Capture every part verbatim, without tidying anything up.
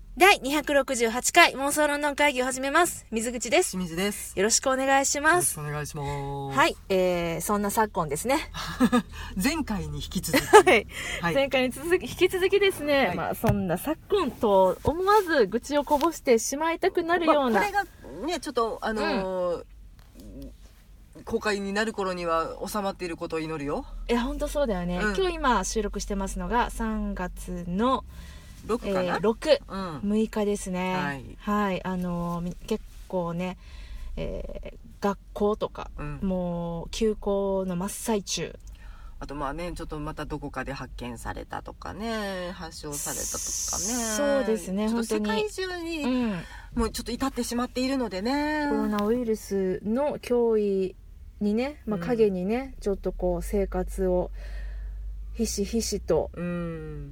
だいにひゃくろくじゅうはちかい妄想ロンドン会議を始めます。水口です。 清水です。 よろしくお願いします。 よろしくお願いします。 はい、えー、そんな昨今ですね。 前回に引き続き、 はいはい、 前回に続き引き続きですね、 はい、 まあそんな昨今と思わず愚痴をこぼしてしまいたくなるような、 まあ、これがねちょっとあのーうん公開になる頃には収まっていることを祈るよ。 いや本当そうだよね、うん、今日今収録してますのがさんがつのろくかな、 えー、ろく、 うん、 むいかですね。 はい、 はい、あのー、結構ね、えー、学校とか、うん、もう休校の真っ最中。 あとまあねちょっとまたどこかで発見されたとかね、発症されたとかね、 そうですね、 ちょっと世界中に、うん、もうちょっと至ってしまっているのでね、 コロナウイルスの脅威にね、まあ、影にね、うん、ちょっとこう生活をひしひしと、うん、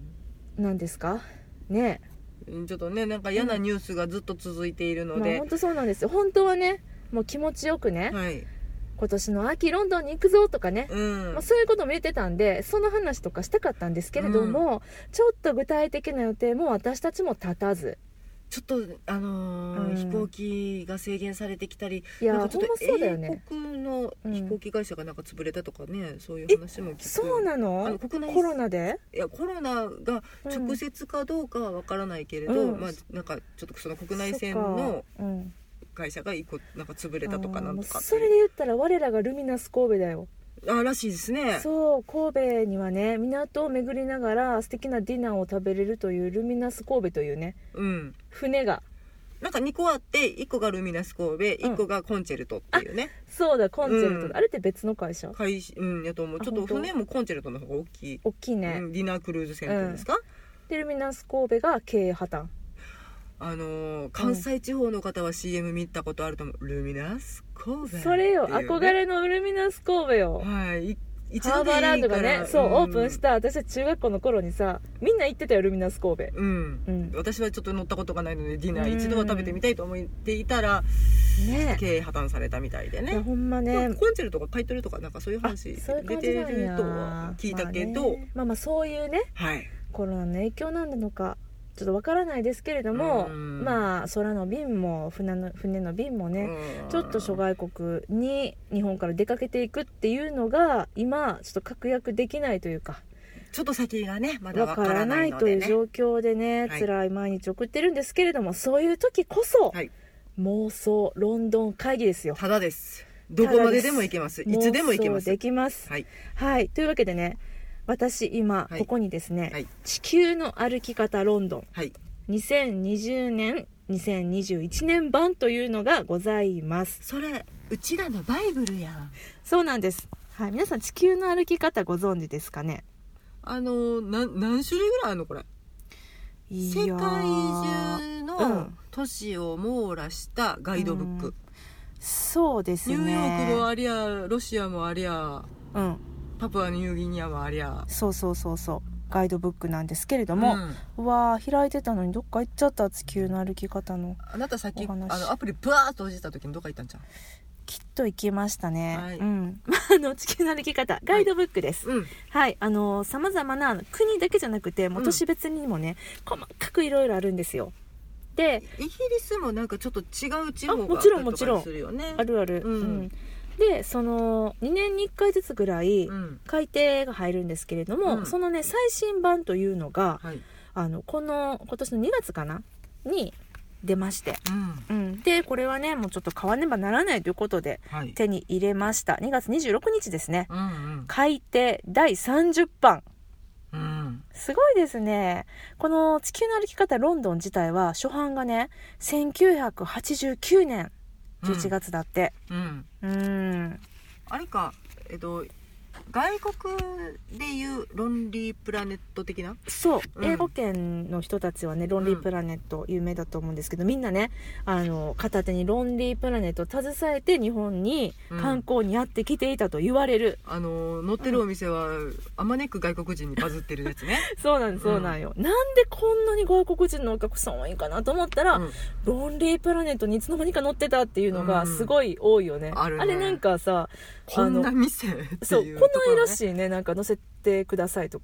なんですかね、 ちょっとねなんか嫌なニュースがずっと続いているので、 うん、まあ、本当そうなんですよ。本当はねもう気持ちよくね、はい、今年の秋ロンドンに行くぞとかね、うん、まあ、そういうことも言ってたんでその話とかしたかったんですけれども、うん、ちょっと具体的な予定も私たちも立たず、 ちょっとあのーうん、飛行機が制限されてきたり、 いやなんかちょっと英国の飛行機会社がなんか潰れたとかね、うん、そういう話も聞く。 そうなの？あの国内コロナで？ いやコロナが直接かどうかは分からないけれど、うん、まあなんかちょっとその国内線の会社が一個なんか潰れたとかなんとか、 それで言ったら我らがルミナス神戸だよ。 あらしいですね。 そう、神戸にはね港を巡りながら素敵なディナーを食べれるというルミナス神戸というね、うん、船がなんかにこあっていっこがルミナス神戸、いっこがコンチェルトっていうね、 うん、そうだコンチェルト、うん、あれって別の会社会、うん、やと思う。ちょっと船もコンチェルトの方が大きい大きいね、 うん、ディナークルーズ船っていうんですか、うん、 でルミナス神戸が経営破綻。 あのー、関西地方の方は シーエム 見たことあると思う、ルミナス神戸、 それよ、ね、憧れのルミナス神戸よ。 はい、 ハーバーランドがね、そう、うん、オープンした私たち中学校の頃にさみんな行ってたよルミナス神戸、 うんうん、私はちょっと乗ったことがないのでディナー一度は食べてみたいと思っていたら、ね、経営破綻されたみたいでね。 ほんまね、 コンチェルトが買い取るとかなんかそういう話出てるとは聞いたけど、まあね、まあまあそういうね、はい、コロナの影響なんなのかちょっとわからないですけれども、まあ空の便も船の、船の便もねちょっと諸外国に日本から出かけていくっていうのが今ちょっと確約できないというか、 ちょっと先がねまだわからないので、ね、 わからないという状況でね、はい、辛い毎日送ってるんですけれども、そういう時こそ、はい、妄想ロンドン会議ですよ。 ただです。どこまででも行けます。いつでも行けます。 妄想できます、はいはい、というわけでね私今ここにですね、はい、地球の歩き方ロンドン、はい、にせんにじゅうねんにせんにじゅういちねん版というのがございます。 それうちらのバイブルやん。 そうなんです、はい、皆さん地球の歩き方ご存知ですかね。 あのな何種類ぐらいあるのこれ。世界中の都市を網羅したガイドブック、うん、 そうですね。 ニューヨークもありゃロシアもありゃ、うん、パプアニューギニアもありゃ、 そうそうそうそうガイドブックなんですけれども、うん、うわー開いてたのにどっか行っちゃった。地球の歩き方のあなたさっきあのアプリブワーッと閉じた時にどっか行ったんちゃう。 きっと行きましたね、はい、うん、あの地球の歩き方ガイドブックです、はい、うんはい、あの様々な国だけじゃなくてもう都市別にもね、うん、細かくいろいろあるんですよ。でイギリスもなんかちょっと違う地方があったもちろんもちろんするよね。 あるある、うんうん、でそのにねんにいっかいずつぐらい改訂が入るんですけれども、うん、そのね最新版というのが、はい、あのこの今年のにがつかなに出まして、うんうん、でこれはねもうちょっと買わねばならないということで手に入れました、はい、にがつにじゅうろくにちですね、うんうん、改訂だいさんじゅっぱん、うん、すごいですね。この地球の歩き方ロンドン自体は初版がねせんきゅうひゃくはちじゅうきゅうねんじゅういちがつだって、うんうん、うんあれかえっと外国でいうロンリープラネット的な、 そう、うん、英語圏の人たちはねロンリープラネット有名だと思うんですけど、みんなねあの片手にロンリープラネットを携えて日本に観光にやってきていたと言われる、 うん、あの乗ってるお店は、うん、あまねく外国人にバズってるやつねそうなんですそうなんよ、うん、なんでこんなに外国人のお客さん多いかなと思ったら、うん、ロンリープラネットにいつの間にか乗ってたっていうのがすごい多いよね、うん、あるね。あれなんかさこんな店っていう、ね、 そうこんならしいね、なんか載せてくださいとか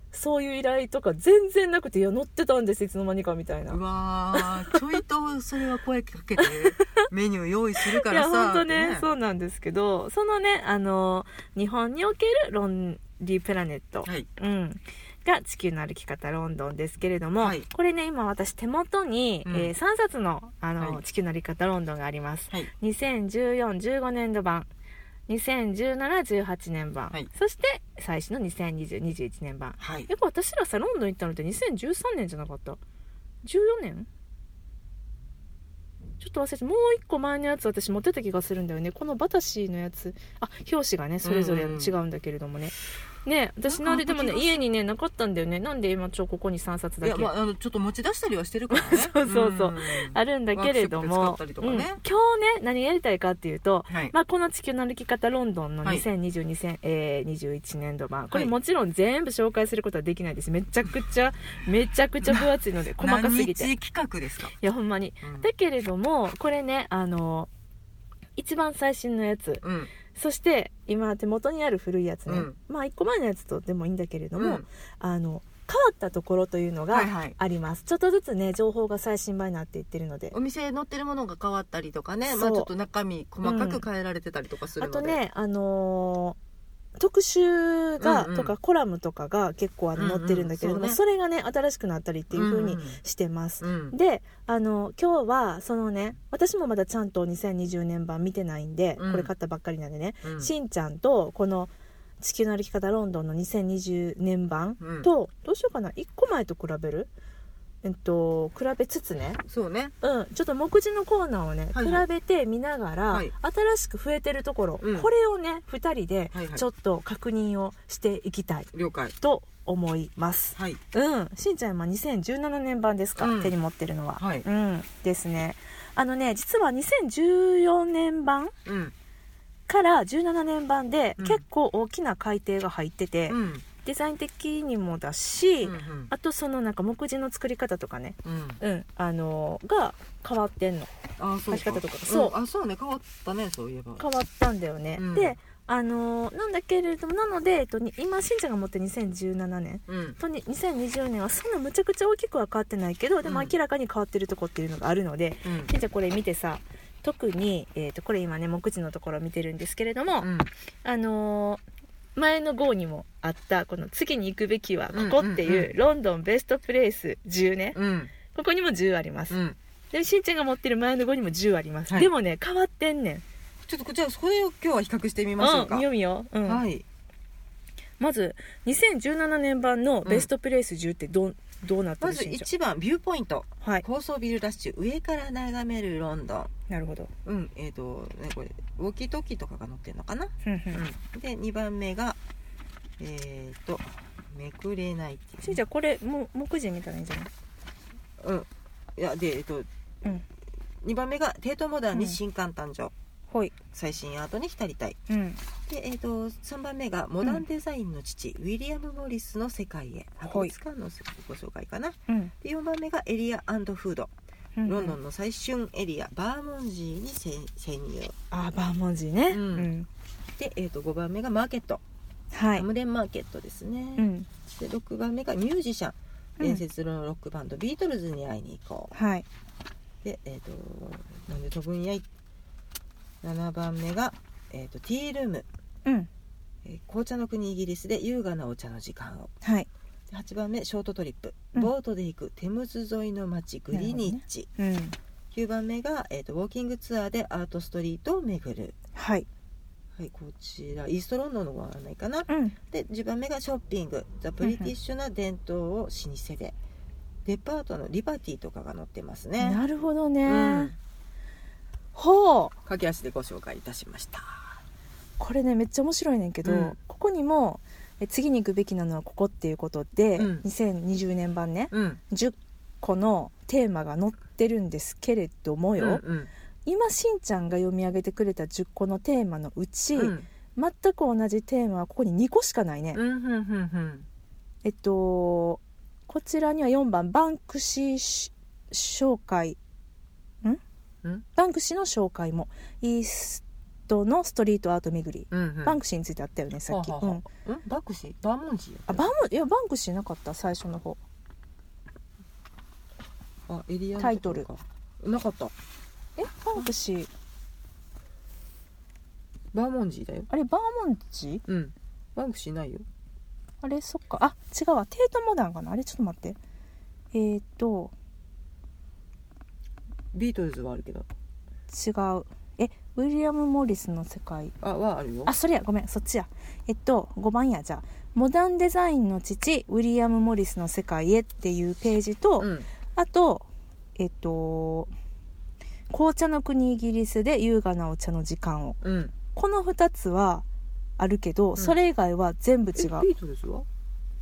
そういう依頼とか全然なくて、いや乗ってたんですいつの間にかみたいな。 うわちょいとそれは声かけてメニュー用意するからさ。 いや本当ね、ねそうなんですけど、そのねあの日本におけるロンリープラネット、はいうんが地球の歩き方ロンドンですけれども、はい、これね今私手元に、うんえー、さんさつの、あの、はい、地球の歩き方ロンドンがあります、はい、にせんじゅうよん、じゅうごねんど版、にせんじゅうなな、じゅうはちねん版、はい、そして最新のにせんにじゅう、にじゅういちねん版、はい、やっぱ私らさロンドン行ったのってにせんじゅうさんねんじゃなかった？じゅうよねん？ちょっと忘れて、もう一個前のやつ私持ってた気がするんだよね。このバタシーのやつ、あ表紙がねそれぞれ違うんだけれどもね、ね私のあれでもね家にねなかったんだよね。なんで今ちょここにさんさつだけ。 いや、まあ、あのちょっと持ち出したりはしてるからねそうそうそうあるんだけれども、ねうん、今日ね何やりたいかっていうと、はいまあ、この地球の歩き方ロンドンのにせんにじゅうに、はいえー、にじゅういちねんど版、これもちろん全部紹介することはできないです。めちゃくちゃめちゃくちゃ分厚いので細かすぎて。 何日企画ですか？いやほんまに、うん、だけれどもこれねあの一番最新のやつ、うんそして今手元にある古いやつね、うん、まあいっこまえのやつとでもいいんだけれども、うん、あの変わったところというのがあります、はいはい、ちょっとずつね情報が最新版になっていってるので、 お店に載ってるものが変わったりとかね、まあ、ちょっと中身細かく変えられてたりとかするので、 うん、あとねあのー特集が、うんうん、とかコラムとかが結構あの載ってるんだけれども、うんうん そ, ね、それがね新しくなったりっていう風にしてます、うんうん、であの今日はそのね私もまだちゃんとにせんにじゅうねん版見てないんで、うん、これ買ったばっかりなんでね、うん、しんちゃんとこの地球の歩き方ロンドンのにせんにじゅうねん版と、うん、どうしようかないっこまえと比べるえっと、比べつつねそうね、 うん、ちょっと目次のコーナーをね、はいはい、比べて見ながら、はい、新しく増えてるところ、うん、これをねふたりでちょっと確認をしていきたいと思います、はい、うん、しんちゃんはにせんじゅうななねん版ですか、うん、手に持ってるのは、はいうん、ですね。あのね実はにせんじゅうよねん版、うんからじゅうななねん版で結構大きな改訂が入ってて、うん、デザイン的にもだし、うんうん、あとそのなんか目次の作り方とかね、うんうん、あのが変わってんの。 あそうか書き方とかそう、うん、あそうね変わったねそういえば変わったんだよね、うん、であのなんだけれどもなので、えっと、今しんちゃんが持ってにせんじゅうななねん、うん、とにせんにじゅうねんはそんなむちゃくちゃ大きくは変わってないけどでも明らかに変わってるとこっていうのがあるので、うん、しんちゃんこれ見てさ特に、えー、とこれ今ね目次のところを見てるんですけれども、うん、あのー、前の号にもあったこの次に行くべきはここっていう、うんうんうん、ロンドンベストプレイスじゅうね、うん、ここにもじゅうあります、うん、でしんちゃんが持ってる前の号にもじゅうあります、はい、でもね変わってんねん。 ちょっとこちらそれを今日は比較してみましょうか。 うん、見よう見よう、うんはい、まずにせんじゅうななねん版のベストプレイスじゅうってどう、うんどうなってる？ まずいちばんビューポイント、はい、高層ビルラッシュ上から眺めるロンドン。 なるほど、 うんえーとね、これウォーキートーキーとかが載ってるのかなうん、でにばんめがえーとめくれないっていう、 ね、じゃあこれも目次見たらいいんじゃない？ うんいやでえっ、ー、と、うん、にばんめが帝都モダンに新刊誕生、うん、最新アートに浸りたい、うんでえー、とさんばんめがモダンデザインの父、うん、ウィリアム・モリスの世界へ博物館のご紹介かな、うん、でよんばんめがエリア&フード、うんうん、ロンドンの最旬エリアバーモンジーに潜入。 あバーモンジーね、うんうん、で、えー、とごばんめがマーケット、はい、ハムレンマーケットですね、うん、でろくばんめがミュージシャン、うん、伝説のロックバンドビートルズに会いに行こう、はい、でえっ、ー、となんで飛ぶんやいななばんめが、えー、とティールーム、うんえー、紅茶の国イギリスで優雅なお茶の時間を、はい、ではちばんめショートトリップ、うん、ボートで行くテムズ沿いの街グリニッチ、ねうん、きゅうばんめが、えー、とウォーキングツアーでアートストリートを巡る、はいはい、こちらイーストロンドンのご案内かな、うん、でじゅうばんめがショッピングザ・ブリティッシュな伝統を老舗で、デパートのリバティとかが載ってますね。 なるほどね、うんほう駆け足でご紹介いたしました。 これねめっちゃ面白いねんけど、うん、ここにもえ次に行くべきなのはここっていうことで、うん、にせんにじゅうねん版ね、うん、じゅっこのテーマが載ってるんですけれどもよ、うんうん、今しんちゃんが読み上げてくれたじゅっこのテーマのうち、うん、全く同じテーマはここににこしかないね、うんうんうんうん、えっとこちらにはよんばんバンクシー紹介バンクシーの紹介もイーストのストリートアート巡り、 うんうん、 バンクシーについてあったよねさっき。ははは、 うん、バンクシーバーモンジーあバーモンいやバンクシーなかった最初の方。 あエリアタイトルなかった。 えバンクシーバーモンジーだよ。 あれバーモンジー、うん、バンクシーないよ。 あれそっか、あ違うわ、テートモダンかな。あれちょっと待って、えー、っとビートルズはあるけど違う。えウィリアム・モリスの世界あはあるよ。 あそれやごめんそっちや。えっとごばんや。じゃあモダンデザインの父ウィリアム・モリスの世界へっていうページと、うん、あとえっと紅茶の国イギリスで優雅なお茶の時間を、うん、このふたつはあるけど、うん、それ以外は全部違う。 ビートルズは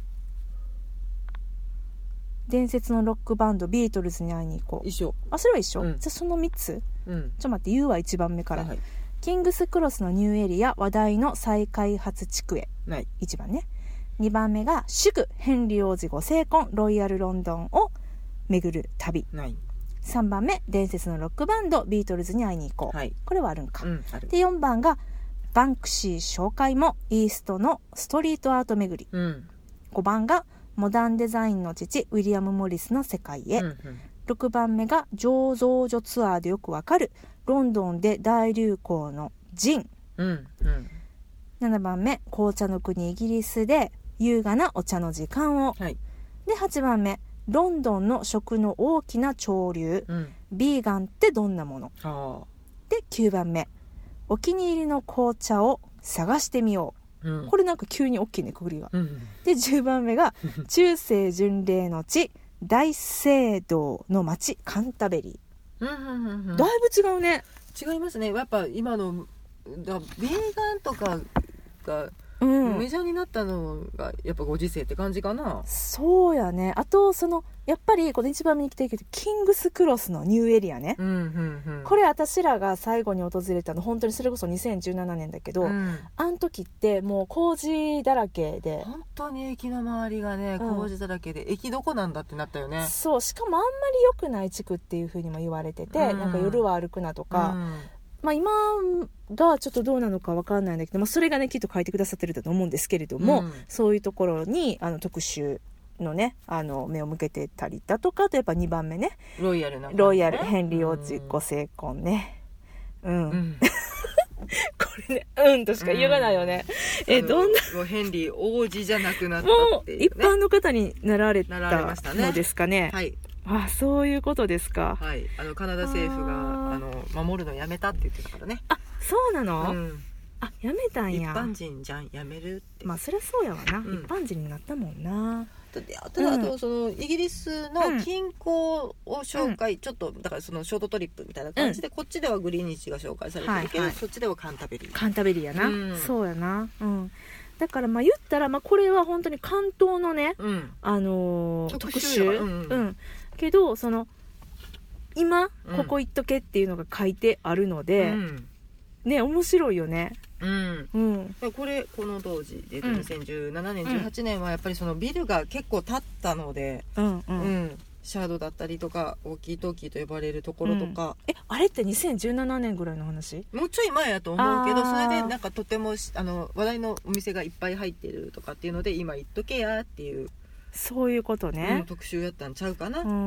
伝説のロックバンドビートルズに会いに行こう。 一緒。 あそれは一緒、 うん、 じゃあそのみっつ、うん、ちょっと待って U はいちばんめから、はい、キングスクロスのニューエリア話題の再開発地区へ、 ないいちばんね。にばんめが祝ヘンリー王子ご成婚ロイヤルロンドンを巡る旅、 ない。 さんばんめ伝説のロックバンドビートルズに会いに行こう、はい、これはあるんか、 うん、ある。 でよんばんがバンクシー紹介もイーストのストリートアート巡り、 うん、 ごばんがモダンデザインの父ウィリアム・モリスの世界へ、うんうん、ろくばんめが醸造所ツアーでよくわかるロンドンで大流行のジン、 うんうん、 ななばんめ紅茶の国イギリスで優雅なお茶の時間を、 はい、 ではちばんめロンドンの食の大きな潮流、うん、ビーガンってどんなもの。 あできゅうばんめお気に入りの紅茶を探してみよう、うん、これなんか急に大きいねくぐりが、 うん、 でじゅうばんめが中世巡礼の地大聖堂の町カンタベリー、 うんうんうんうん、 だいぶ違うね。 違いますね。やっぱ今のだビーガンとかがうん、 メジャーになったのがやっぱご時世って感じかな。 そうやね。あとそのやっぱりこの一番目に来てるけどキングスクロスのニューエリアね、 うんうんうん、これ私らが最後に訪れたの本当にそれこそにせんじゅうななねんだけど、うん、あの時ってもう工事だらけで本当に駅の周りがね工事だらけで、うん、駅どこなんだってなったよね。 そうしかもあんまり良くない地区っていう風にも言われてて、うん、なんか夜は歩くなとか、うんまあ、今がちょっとどうなのか分かんないんだけど、まあ、それがねきっと書いてくださってると思うんですけれども、うん、そういうところにあの特集のねあの目を向けてたりだとか、あとやっぱにばんめねロイヤルな、ね、 ロイヤルヘンリー王子ご成婚ね、うん、うん、これねうんとしか言いようがないよね、うん、えどんなヘンリー王子じゃなくなったっていう、ね、 もう一般の方になられたのですかね。 はい、 あそういうことですか。 はい、あのカナダ政府があの守るのやめたって言ってたからね。 あそうなの、うん、あやめたんや。 一般人じゃんやめるって。 まあそりゃそうやわな、うん、一般人になったもんな。 ただあと、うん、そのイギリスの近郊を紹介、うん、ちょっとだからそのショートトリップみたいな感じで、うん、こっちではグリーニッチが紹介されてるけど、はいはい、そっちではカンタベリーカンタベリーやな、うん、そうやな、うん、だからまあ言ったら、まあ、これは本当に関東のね、 うん、 あのー、特集、 うんうんうん、けどその今ここ行っとけっていうのが書いてあるので、うん、ね面白いよね。 うんうん、これこの当時でにせんじゅうななねん、うん、じゅうはちねんはやっぱりそのビルが結構建ったので、 うんうんうん、シャードだったりとかウォーキートーキーと呼ばれるところとか、 うん、えあれってにせんじゅうななねんぐらいの話？ もうちょい前やと思うけど、それでなんかとてもあの話題のお店がいっぱい入ってるとかっていうので今行っとけやっていうそういうことね、 うん、特集やったんちゃうかな。 うん。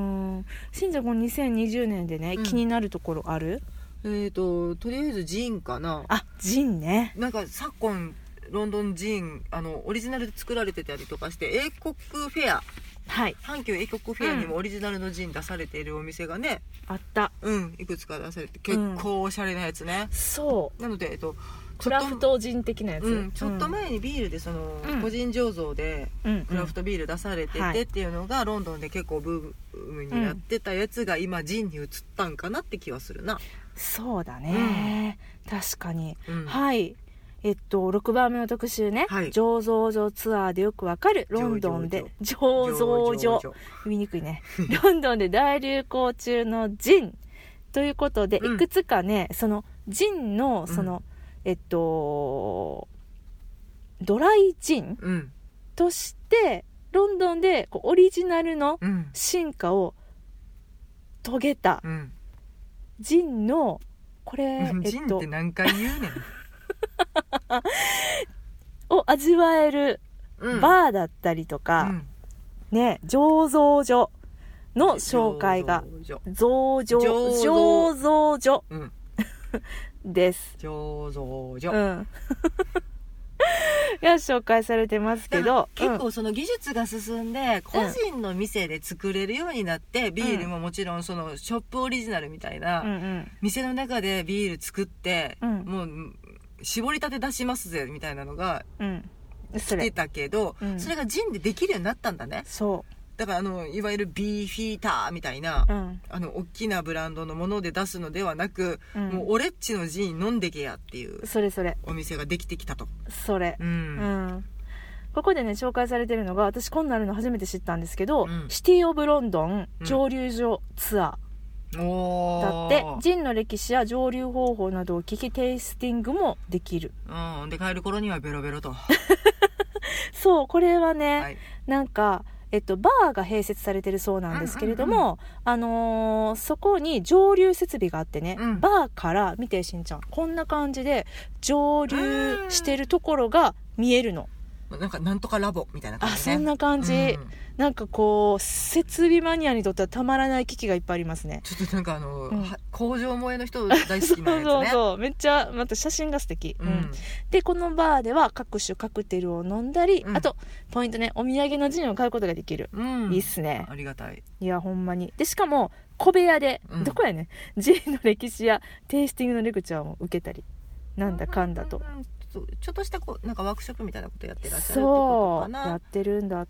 しんちゃんこのにせんにじゅうねんでね、うん、気になるところある？ えーととりあえずジンかな。 あジンね。 なんか昨今ロンドンジンあのオリジナルで作られてたりとかして英国フェア、 はい、 阪急英国フェアにもオリジナルのジン出されているお店がね、 うん、あったうんいくつか出されて結構おしゃれなやつね、 うん、そうなのでえっとクラフトジン的なやつ、 うん、ちょっと前にビールでその、うん、個人醸造でクラフトビール出されててっていうのがロンドンで結構ブームになってたやつが今ジンに移ったんかなって気はするな。 そうだね、うん、確かに、うん、はいえっとろくばんめの特集ね、はい、醸造所ツアーでよくわかるロンドンで醸造所言いにくいねロンドンで大流行中のジンということで、うん、いくつかねそのジンのその、うんえっとドライジンとしてロンドンでこうオリジナルの進化を遂げたジンのこれジンって何回言うねんを味わえるバーだったりとか、うんね、醸造所の紹介が醸造醸造所、うん、です醸造所、 うんが紹介されてますけど、 結構その技術が進んで個人の店で作れるようになって、うん、ビールももちろんそのショップオリジナルみたいな、うんうん、店の中でビール作って、うん、もう絞りたて出しますぜみたいなのが来てたけど、うん、それがジンでできるようになったんだね。 そうだからあのいわゆるビーフィーターみたいな、うん、あの大きなブランドのもので出すのではなく、うん、もう俺っちのジン飲んでけやっていうそれそれお店ができてきたと。 それ、うんうん、ここでね紹介されてるのが、私こんなの初めて知ったんですけど、うん、シティオブロンドン蒸留所ツアー、うん、だってジンの歴史や蒸留方法などを聞きテイスティングもできる、 うん、で帰る頃にはベロベロとそうこれはね、はい、なんかえっと、バーが併設されてるそうなんですけれども、うんうんうん、あのー、そこに蒸留設備があってね、うん、バーから見てしんちゃんこんな感じで蒸留してるところが見えるの。 なんかなんとかラボみたいな感じ、 ね、あそんな感じ、うん、なんかこう設備マニアにとってはたまらない機器がいっぱいありますね。 ちょっとなんかあの、うん、工場萌えの人大好きなやつねそうそうそうめっちゃまた写真が素敵、うんうん、でこのバーでは各種カクテルを飲んだり、うん、あとポイントねお土産のジンを買うことができる、うん、いいっすね。 ありがたい。 いやほんまに。でしかも小部屋で、うん、どこやねジンの歴史やテイスティングのレクチャーも受けたりなんだかんだと、うんうんちょっとしたこうなんかワークショップみたいなことやってらっしゃるってことかな。 そうやってるんだって、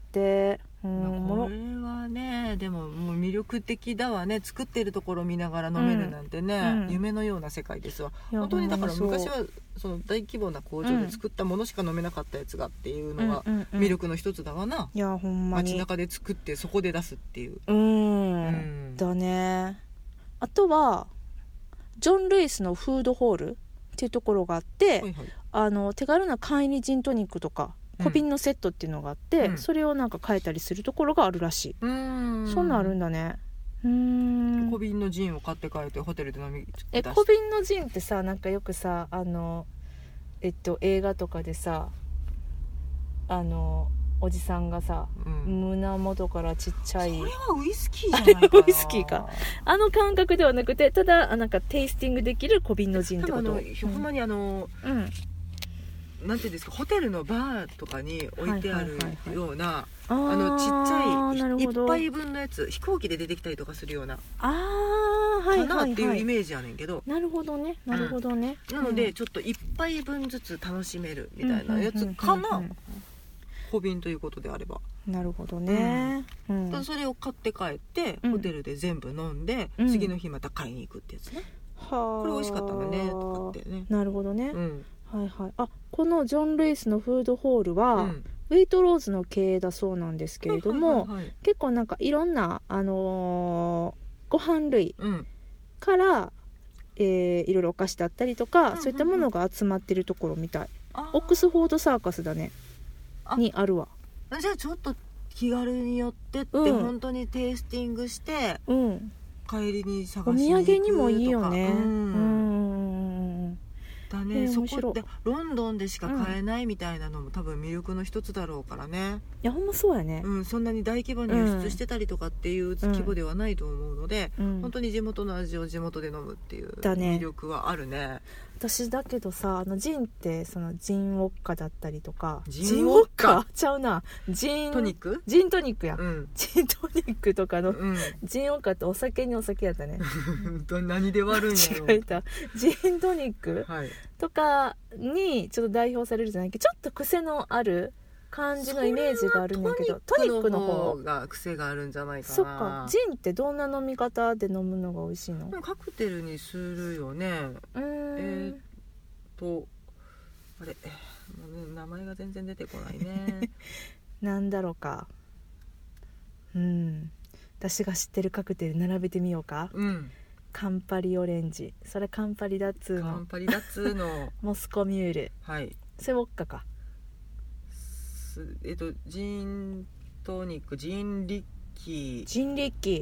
うん、 これはねでももう魅力的だわね。作ってるところ見ながら飲めるなんてね、うん、夢のような世界ですわ。本当にだから昔はその大規模な工場で作ったものしか飲めなかったやつがっていうのが魅力の一つだわな、うんうんうん、 いやほんまに街中で作ってそこで出すっていう、 うん、うん、だね。あとはジョン・ルイスのフードホールっていうところがあって、はいはい、あの手軽な簡易にジントニックとか小瓶のセットっていうのがあって、うん、それをなんか変えたりするところがあるらしい。うーんそんなあるんだね。うーん小瓶のジンを買って帰ってホテルで飲みえ小瓶のジンってさなんかよくさあのえっと映画とかでさあのおじさんがさ、うん、胸元からちっちゃいそれはウイスキーじゃないかな。 ウイスキーかあの感覚ではなくてただなんかテイスティングできる小瓶のジンってこと。 あのほんまにあの、うん、なんていうんですかホテルのバーとかに置いてあるようなあのちっちゃい一杯分のやつ飛行機で出てきたりとかするようなあー、はいはいはい、 かなっていうイメージやねんけど。 なるほどねなるほどね、 うん、なのでちょっと一杯分ずつ楽しめるみたいなやつかな、うんうんうんうん小瓶ということであれば。 なるほどね、 うんうん、それを買って帰って、うん、ホテルで全部飲んで、うん、次の日また買いに行くってやつね、うん、これ美味しかったんだねとかってね。 なるほどね、うん、はいはい。あこのジョン・ルイスのフードホールは、うん、ウェイトローズの経営だそうなんですけれども、はいはいはいはい、結構なんかいろんな、あのー、ご飯類から、うんえー、いろいろお菓子だったりとか、うんうんうん、そういったものが集まってるところみたい。オックスフォードサーカスだねにあるわ。 じゃあちょっと気軽に寄ってって、うん、本当にテイスティングして、うん、帰りに探しに行くとか。お土産にもいいよね、うんうんだね、えー、そこってロンドンでしか買えないみたいなのも、うん、多分魅力の一つだろうからね。 いやほんまそうやね、 うん、そんなに大規模に輸出してたりとかっていう規模ではないと思うので、うん、本当に地元の味を地元で飲むっていう魅力はあるね。 私だけどさあのジンってそのジンウォッカだったりとかジンウォッカちゃうなジントニックジントニックや、うん、ジントニックとかの、うん、ジンウォッカってお酒にお酒やったね何で割るんやろ違えたジントニック、はい、とかにちょっと代表されるじゃないけどちょっと癖のある感じのイメージがあるんだけどトニックの方が癖があるんじゃないかな。 そっかジンってどんな飲み方で飲むのが美味しいの？ カクテルにするよね。うーんえー、っとあれもう、ね、名前が全然出てこないねなんだろうかうん私が知ってるカクテル並べてみようか、うん、カンパリオレンジそれカンパリダッツーのカンパリダッツーのモスコミュールはいそれウォッカかえっとジントニックジンリッキージンリッキジ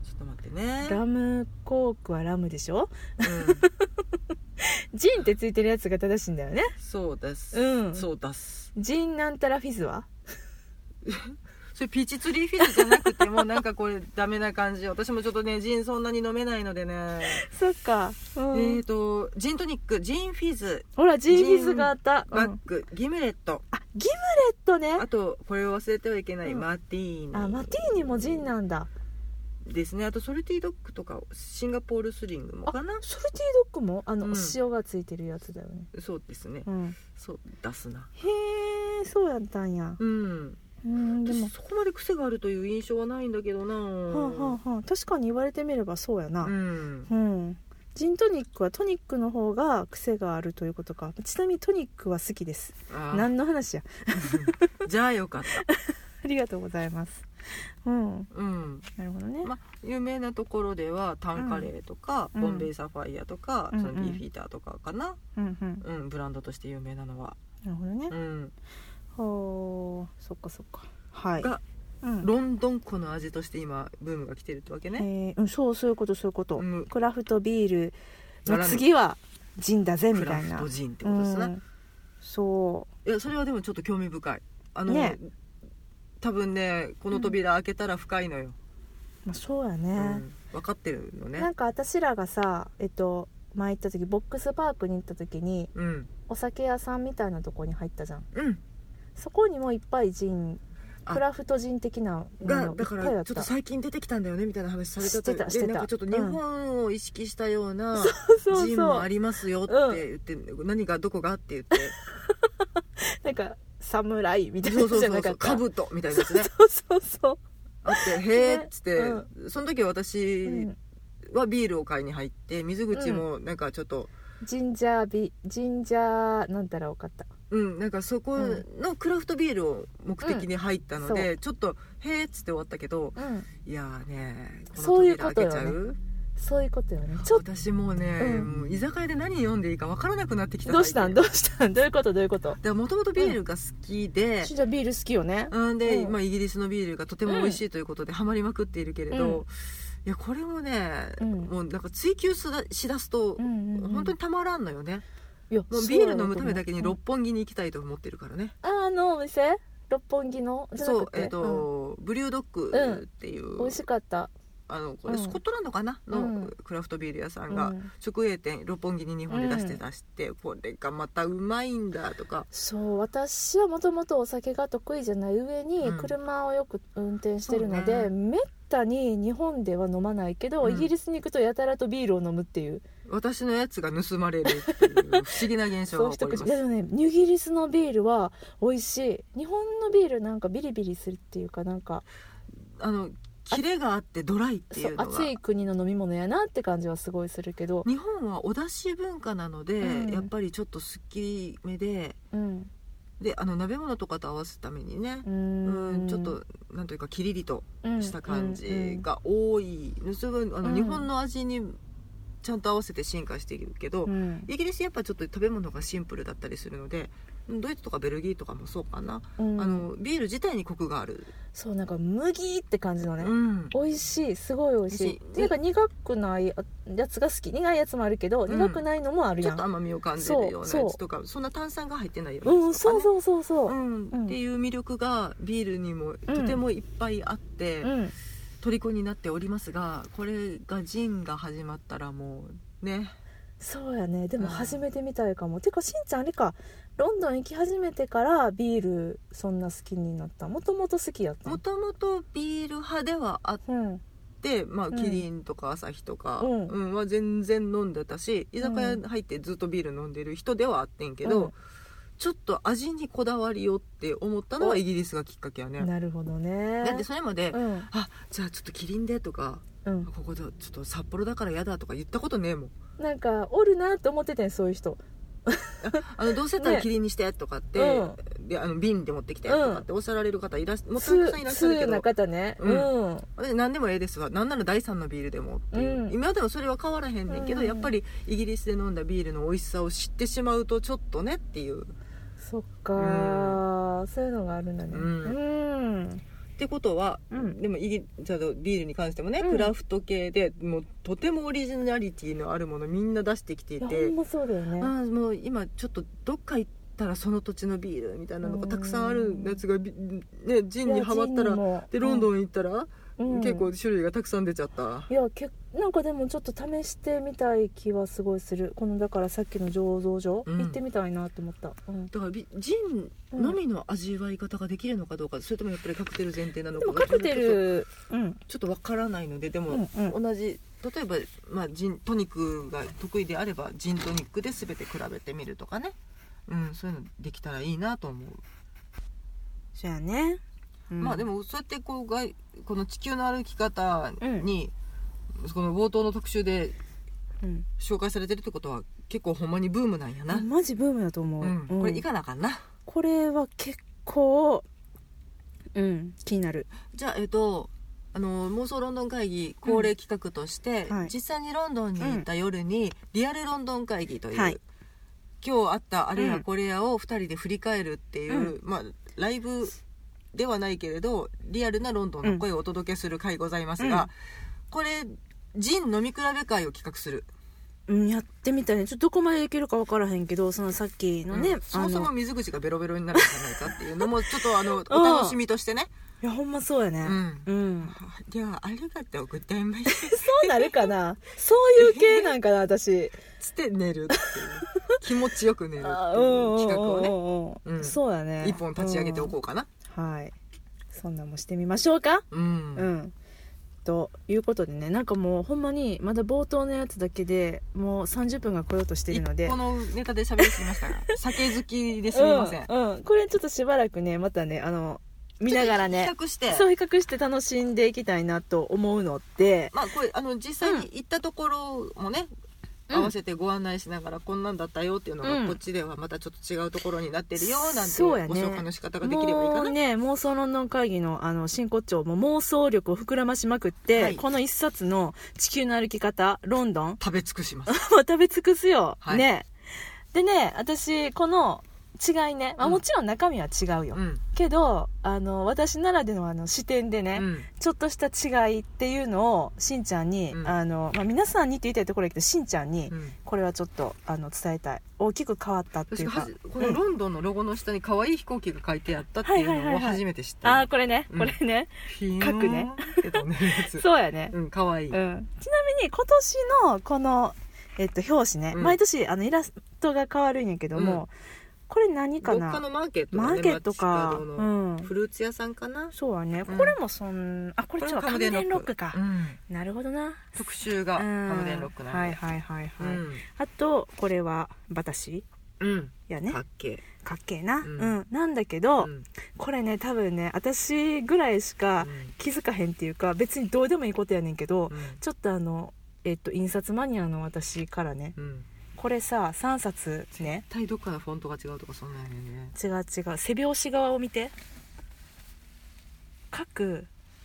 ちょっと待ってね。 ラムコークはラムでしょ、うん、ジンってついてるやつが正しいんだよね。 そうです、うん、そうです。 ジンなんたらフィズはそれピーチツリーフィズじゃなくてもうなんかこれダメな感じ。私もちょっとねジンそんなに飲めないのでね。 そっか、 うん、えーとジントニック、ジンフィズ、 ほらジンフィズがあった、 バック、うん、ギムレット、 あギムレットね。 あとこれを忘れてはいけない、うん、マティーニ。 あマティーニもジンなんだですね。あとソルティードッグとかシンガポールスリングもかな。 ソルティードッグもあの、うん、塩がついてるやつだよね。 そうですね、うん、そう出すな。 へえそうやったんや。 うんうんでもそこまで癖があるという印象はないんだけどな、はあはあはあ、確かに言われてみればそうやな、うんうん、ジントニックはトニックの方が癖があるということか。ちなみにトニックは好きです。何の話やじゃあよかったありがとうございます。うん、うん、なるほどね。 ま、有名なところではタンカレーとか、うん、ボンベイサファイアとか、うん、そのビーフィーターとかかな、うんうんうん、ブランドとして有名なのは。 なるほどね、うんほうそっかそっか、はい、 が、うん、ロンドン粉の味として今ブームが来てるってわけね、 えーうん、そうそういうことそういうこと、うん、クラフトビールの次はジンだぜみたいな。 クラフトジンってことですね、うん、そういやそれはでもちょっと興味深い。あの、ね、多分ねこの扉開けたら深いのよ、うんまあ、そうやね、うん、 分かってるのね。 なんか私らがさえっと前行った時ボックスパークに行った時に、うん、お酒屋さんみたいなとこに入ったじゃん、うんそこにもいっぱいジンクラフトジン的ながだからちょっと最近出てきたんだよねみたいな話されてた。でなんかちょっと日本を意識したようなジンもありますよって言って、うん、何がどこがって言ってなんか侍みたいなじゃなかった。 カブトみたいなやつねそうそうそうあってへーっつって、うん、その時私はビールを買いに入って水口もなんかちょっと、 うん、ジンジャービジンジャーなんたら分かったうん、なんかそこのクラフトビールを目的に入ったので、うん、ちょっとへーっつって終わったけど、うん、いやーねこの扉開けちゃうそういうことよね。 ちょ私もうね、うん、もう居酒屋で何読んでいいか分からなくなってきた。 どうしたんどうしたんどういうことどういうこと。 もともとビールが好きで、 じゃあビール好きよね。 うんで、うんまあ、イギリスのビールがとても美味しいということでハマりまくっているけれど、うん、いやこれもね、うん、もうなんか追求しだすと、うんうんうん、本当にたまらんのよね。いやもうビール飲むためだけに六本木に行きたいと思ってるからね、 うん、ああのお店六本木のじゃなくてそうえっ、ー、と、うん、ブリュードッグっていう、 うん、美味しかった。 あのこれスコットランドかな、うん、のクラフトビール屋さんが直営店六本木に日本で出して出して、うん、これがまたうまいんだとか。 そう私はもともとお酒が得意じゃない上に車をよく運転してるので、うん、めったに日本では飲まないけど、うん、イギリスに行くとやたらとビールを飲むっていう私のやつが盗まれるっていう不思議な現象が起こりますでもねイギリスのビールは美味しい。日本のビールなんかビリビリするっていうかなんかあのキレがあってドライっていうのが暑い国の飲み物やなって感じはすごいするけど日本はお出汁文化なので、うん、やっぱりちょっとすっきりめで、うん、であの鍋物とかと合わせるためにねうんちょっとなんというかキリリとした感じが多い、うんうん、すごいあの、うん、日本の味にちゃんと合わせて進化しているけど、うん、イギリスやっぱちょっと食べ物がシンプルだったりするのでドイツとかベルギーとかもそうかな、うん、あのビール自体にコクがある。 そうなんか麦って感じのね、うん、美味しいすごい美味しいでなんか苦くないやつが好き。苦いやつもあるけど、うん、苦くないのもあるやん。 ちょっと甘みを感じるようなやつとか そ, そんな炭酸が入ってないようなやつとか、ねうん、そうそうそうそう、 うんうん、っていう魅力がビールにもとてもいっぱいあって、うん、虜になっておりますがこれがジンが始まったらもうねそうやね。でも初めてみたいかも、うん、てかしんちゃんあれかロンドン行き始めてからビールそんな好きになった。もともと好きやった。 もともとビール派ではあって、うん、まあキリンとかアサヒとか、うんうん、は全然飲んでたし居酒屋入ってずっとビール飲んでる人ではあってんけど、うん、ちょっと味にこだわりよって思ったのはイギリスがきっかけやね。 なるほどね。 だってそれまで、うん、あじゃあちょっとキリンでとか、うん、ここでちょっと札幌だから嫌だとか言ったことねえもん。 なんかおるなって思っててんそういう人あのどうせやったらキリンにしてとかって、ねうん、であの瓶で持ってきてとかっておっしゃられる方いらっしゃる、もっとたくさんいらっしゃるけどな方ね、うんうん、何でもええですわなんなら第三のビールでもっていう、うん、今でもそれは変わらへんねんけど、うん、やっぱりイギリスで飲んだビールの美味しさを知ってしまうとちょっとねっていう。 そっか、うん、そういうのがあるんだね、うんうん、っってことは、うん、でもビールに関してもね、うん、クラフト系でもうとてもオリジナリティのあるものみんな出してきていて、 ほんまそうだよね。 あもう今ちょっとどっか行ったらその土地のビールみたいなのがたくさんあるやつが、ね、ジンにハマったらでロンドン行ったら、うん、結構種類がたくさん出ちゃった。 いやけなんかでもちょっと試してみたい気はすごいする。このだからさっきの醸造所、うん、行ってみたいなと思った、うん、 だからジンのみの味わい方ができるのかどうか、それともやっぱりカクテル前提なのか、 でもカクテルちょ,、うん、 ちょっとわからないので、でも、うんうん、同じ例えば、まあ、ジントニックが得意であればジントニックで全て比べてみるとかね、うん、そういうのできたらいいなと思う。 そうやね、 うん、まあでもそうやってこうがこの地球の歩き方に、うん、この冒頭の特集で紹介されてるってことは結構ほんまにブームなんやな。 マジブームだと思う、 うんうん、これいかなあかんな。 これは結構うん気になる。 じゃあえっとあの妄想ロンドン会議恒例企画として、うんはい、実際にロンドンに行った夜に、うん、リアルロンドン会議という、はい、今日あったあれやこれやをふたりで振り返るっていう、うん、まあライブではないけれどリアルなロンドンの声をお届けする会ございますが、うん、これジン飲み比べ会を企画する、 うん、やってみたいね。ちょっとどこまでいけるか分からへんけど、そのさっきのね、うん、 そもそも水口がベロベロになるんじゃないかっていうのもちょっとあのお楽しみとしてね。 いやほんまそうやね、うんうん、 ではありがとうございましたそうなるかなそういう系なんかな私つって寝るっていう気持ちよく寝るっていう企画をね、うん、 そうやね、 一本立ち上げておこうかな、 うん、はい、そんなんもしてみましょうか、 うん、うん、 ということでね、なんかもうほんまにまだ冒頭のやつだけでもうさんじゅっぷんが来ようとしているので、 このネタで喋りすぎましたが酒好きですみません、 うんうん、これちょっとしばらくねまたねあの見ながらね比較してそう比較して楽しんでいきたいなと思うので、 まあこれあの実際に行ったところもね、うん、合わせてご案内しながらこんなんだったよっていうのが、うん、こっちではまたちょっと違うところになってるよなんていうご紹介の仕方ができればいいかな。 もうね妄想ロンドン会議 の, あの真骨頂も妄想力を膨らましまくって、はい、この一冊の地球の歩き方ロンドン食べ尽くしますもう食べ尽くすよ、はい、ねでね私この違いね、まあ、もちろん中身は違うよ、うん、けどあの私ならでのあの視点でね、うん、ちょっとした違いっていうのをしんちゃんに、うんあのまあ、皆さんにって言いたいところだけどしんちゃんにこれはちょっとあの伝えたい。大きく変わったっていうか、 このロンドンのロゴの下に可愛い飛行機が書いてあったっていうのを初めて知った、 はいはいはいはい、あこれねこれね、うん、書くねそうやね、 うん、可愛い、 うん、ちなみに今年のこの、えっと、表紙ね、うん、毎年あのイラストが変わるんやけども、うんこれ何かな、 どっかのマーケット、ね、 マーケットか、 うん、フルーツ屋さんかな。 そうはね、うん、これもそんあこれちょっとカムデンロックか、うん、なるほどな、 特集がカムデンロックなんで、 はいはいはいはい、うん、あとこれはバタシ、 うん、 やね、 かっけーかっけーな、うん、うん、なんだけど、うん、これね多分ね私ぐらいしか気づかへんっていうか、別にどうでもいいことやねんけど、うん、ちょっとあのえっと印刷マニアの私からね、うんこれささんさつね絶対どっかのフォントが違うとかそんなんやね。 違う違う背表紙側を見て、各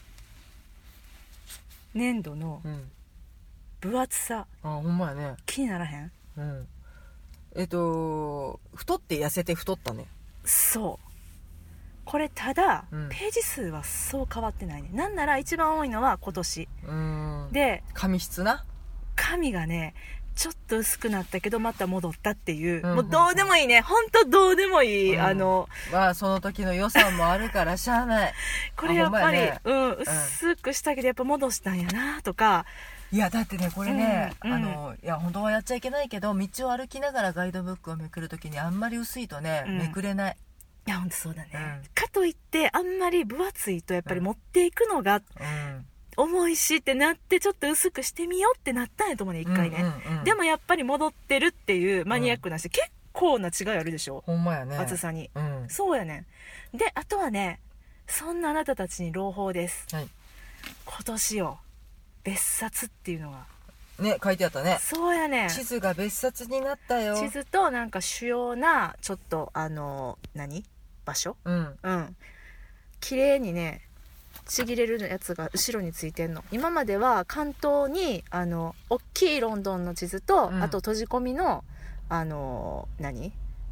粘土の分厚さ、 うん、あほんまやね、 気にならへん、 うん、えっと太って痩せて太ったね。 そうこれただ、うん、ページ数はそう変わってないね。なんなら一番多いのは今年うんで紙質な紙がねちょっと薄くなったけどまた戻ったっていう、うん、もうどうでもいいね、本当どうでもいい、うん、あのまあその時の予算もあるからしゃあないこれやっぱり、ね、うん、薄くしたけどやっぱ戻したんやなとか。 いやだってねこれね、うん、あのいや本当はやっちゃいけないけど道を歩きながらガイドブックをめくるときにあんまり薄いとね、うん、めくれない。 いや本当そうだね、うん、かといってあんまり分厚いとやっぱり持っていくのが、うん重いしってなってちょっと薄くしてみようってなったんやと思うね一回ね、うんうんうん、でもやっぱり戻ってるっていうマニアックなし、うん、結構な違いあるでしょほんまやね厚さに、 うん、 そうやねん。であとはねそんなあなたたちに朗報です、 はい、 今年よ別冊っていうのがね書いてあったね。 そうやねん、 地図が別冊になったよ。 地図となんか主要なちょっとあの何場所うんうん綺麗にねちぎれるやつが後ろについてんの。今までは関東にあの大きいロンドンの地図と、うん、あと閉じ込みのあの何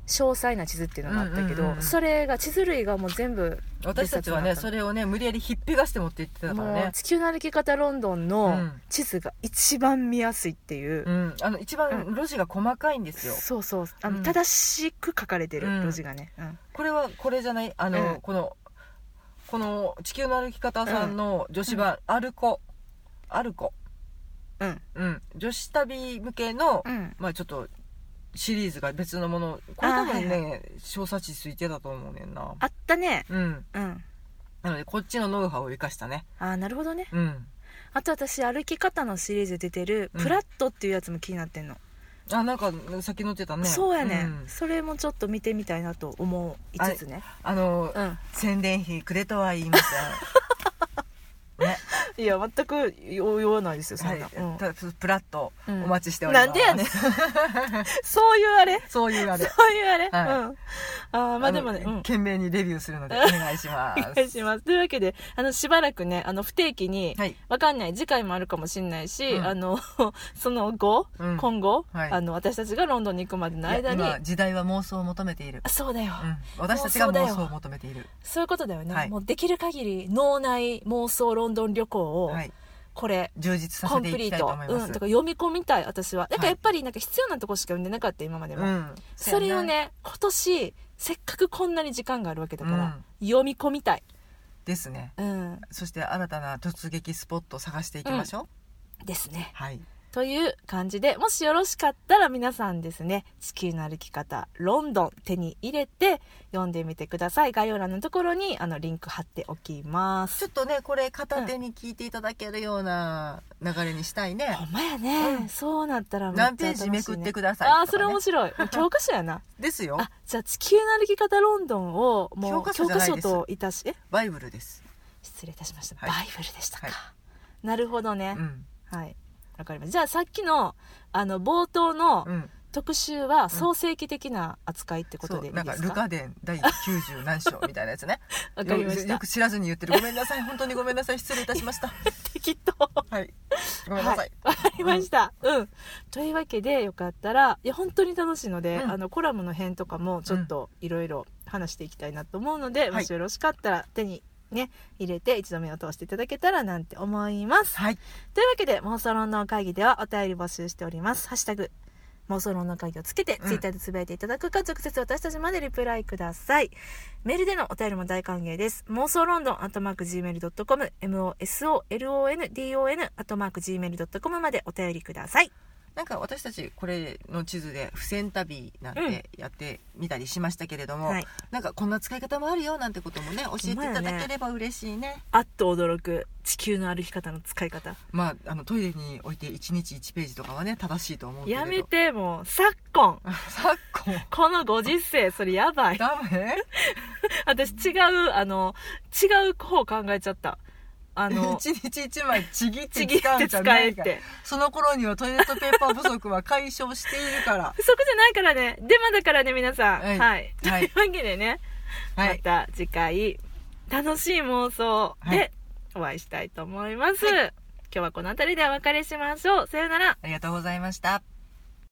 詳細な地図っていうのがあったけど、うんうんうん、それが地図類がもう全部私たちはねそれをね無理やりひっぺがして持って行ってたからね。 もう地球の歩き方ロンドンの地図が一番見やすいっていう、 うん、あの一番路地が細かいんですよ、 うん、そうそうあの、うん、正しく書かれてる路地がね、うん、 これはこれじゃないあの、うん、このこの地球の歩き方さんの女子版、うん、アルコアルコうんうん、女子旅向けの、うん、まあちょっとシリーズが別のものこれ多分ね、はいはい、小冊子ついてたと思うねんな。 あったね。 うん、うん、なのでこっちのノウハウを生かしたね。 ああなるほどね、うん、あと私歩き方のシリーズ出てるプラットっていうやつも気になってんの、 うん、あなんかさっき載ってたね。 そうやね、うん、それもちょっと見てみたいなと思いつつね。 あ、あの、うん、宣伝費くれとは言いませんね、 いや全く言わないですよそんな、はいうん、たプラットお待ちしております、うん、 なんでやねんそういうあれそういうあれそういうあれ、 はい、 うん、あまあでもね、 うん、懸命にレビューするのでお願いしますお願いします。というわけであのしばらくねあの不定期に、はい、わかんない次回もあるかもしれないし、うん、あのその後、うん、今後、はい、あの私たちがロンドンに行くまでの間に今時代は妄想を求めている。 そうだよ、 うん、私たちが妄想を求めている。 そういうことだよね、はい、もうできる限り脳内妄想ロンドン旅行を、はい、これ充実させていきたいと思います。 コンプリート、うん、だから読み込みたい私は。だからやっぱりなんか必要なとこしか読んでなかった今までも、うん、それをね今年せっかくこんなに時間があるわけだから、うん、読み込みたいですね、うん、そして新たな突撃スポットを探していきましょう、 うん、ですね、 はい、 という感じでもしよろしかったら皆さんですね地球の歩き方ロンドン手に入れて読んでみてください。概要欄のところにあのリンク貼っておきます。 ちょっとねこれ片手に聞いていただけるような流れにしたいね、 うん、ほんまやね、うん、そうなったらめっちゃ楽しい、ね、 何ページめくってくださいとか、ね、 あそれ面白い教科書やなですよ。 あじゃあ地球の歩き方ロンドンをもう教科書じゃないです。教科書といたしえバイブルです。 失礼いたしました、 はい、 バイブルでしたか、はい、なるほどね、 うん、 はいわかります。じゃあさっきのあの冒頭の特集は創世記的な扱いってことでいいですか、 うん、なんかルカ伝第きゅうじゅう何章みたいなやつねわかりました。 よ, よく知らずに言ってるごめんなさい本当にごめんなさい失礼いたしました適当はいごめんなさいわ、はい、かりました、うん、うん、というわけでよかったらいや本当に楽しいので、うん、あのコラムの編とかもちょっといろいろ話していきたいなと思うので、うん、もしよろしかったら手にね、入れて一度目を通していただけたらなんて思います、 はい、 というわけで妄想ロンドン会議ではお便り募集しております。ハッシュタグ妄想ロンドン会議をつけて、うん、ツイッターでつぶやいていただくか直接私たちまでリプライください。メールでのお便りも大歓迎です。妄想ロンドンアットマーク ジーメールドットコム モーソロンドン アットマーク ジーメールドットコム までお便りください。 なんか私たちこれの地図で付箋旅なんてやってみたりしましたけれども、うんはい、なんかこんな使い方もあるよなんてこともね教えていただければ嬉しい ね, ねあっと驚く地球の歩き方の使い方。 まあ、あのトイレに置いていちにちいちページとかはね正しいと思うけれどやめてもう昨今昨今このご時世それやばいダメ私違うあの違う方考えちゃった。あの一日一枚ちぎって使うんじゃないか。その頃にはトイレットペーパー不足は解消しているから不足じゃないからねデマだからね皆さん。はい、はい、 はい、 というわけでね、はい、また次回楽しい妄想でお会いしたいと思います、はい、今日はこの辺りでお別れしましょう。さよなら。 ありがとうございました。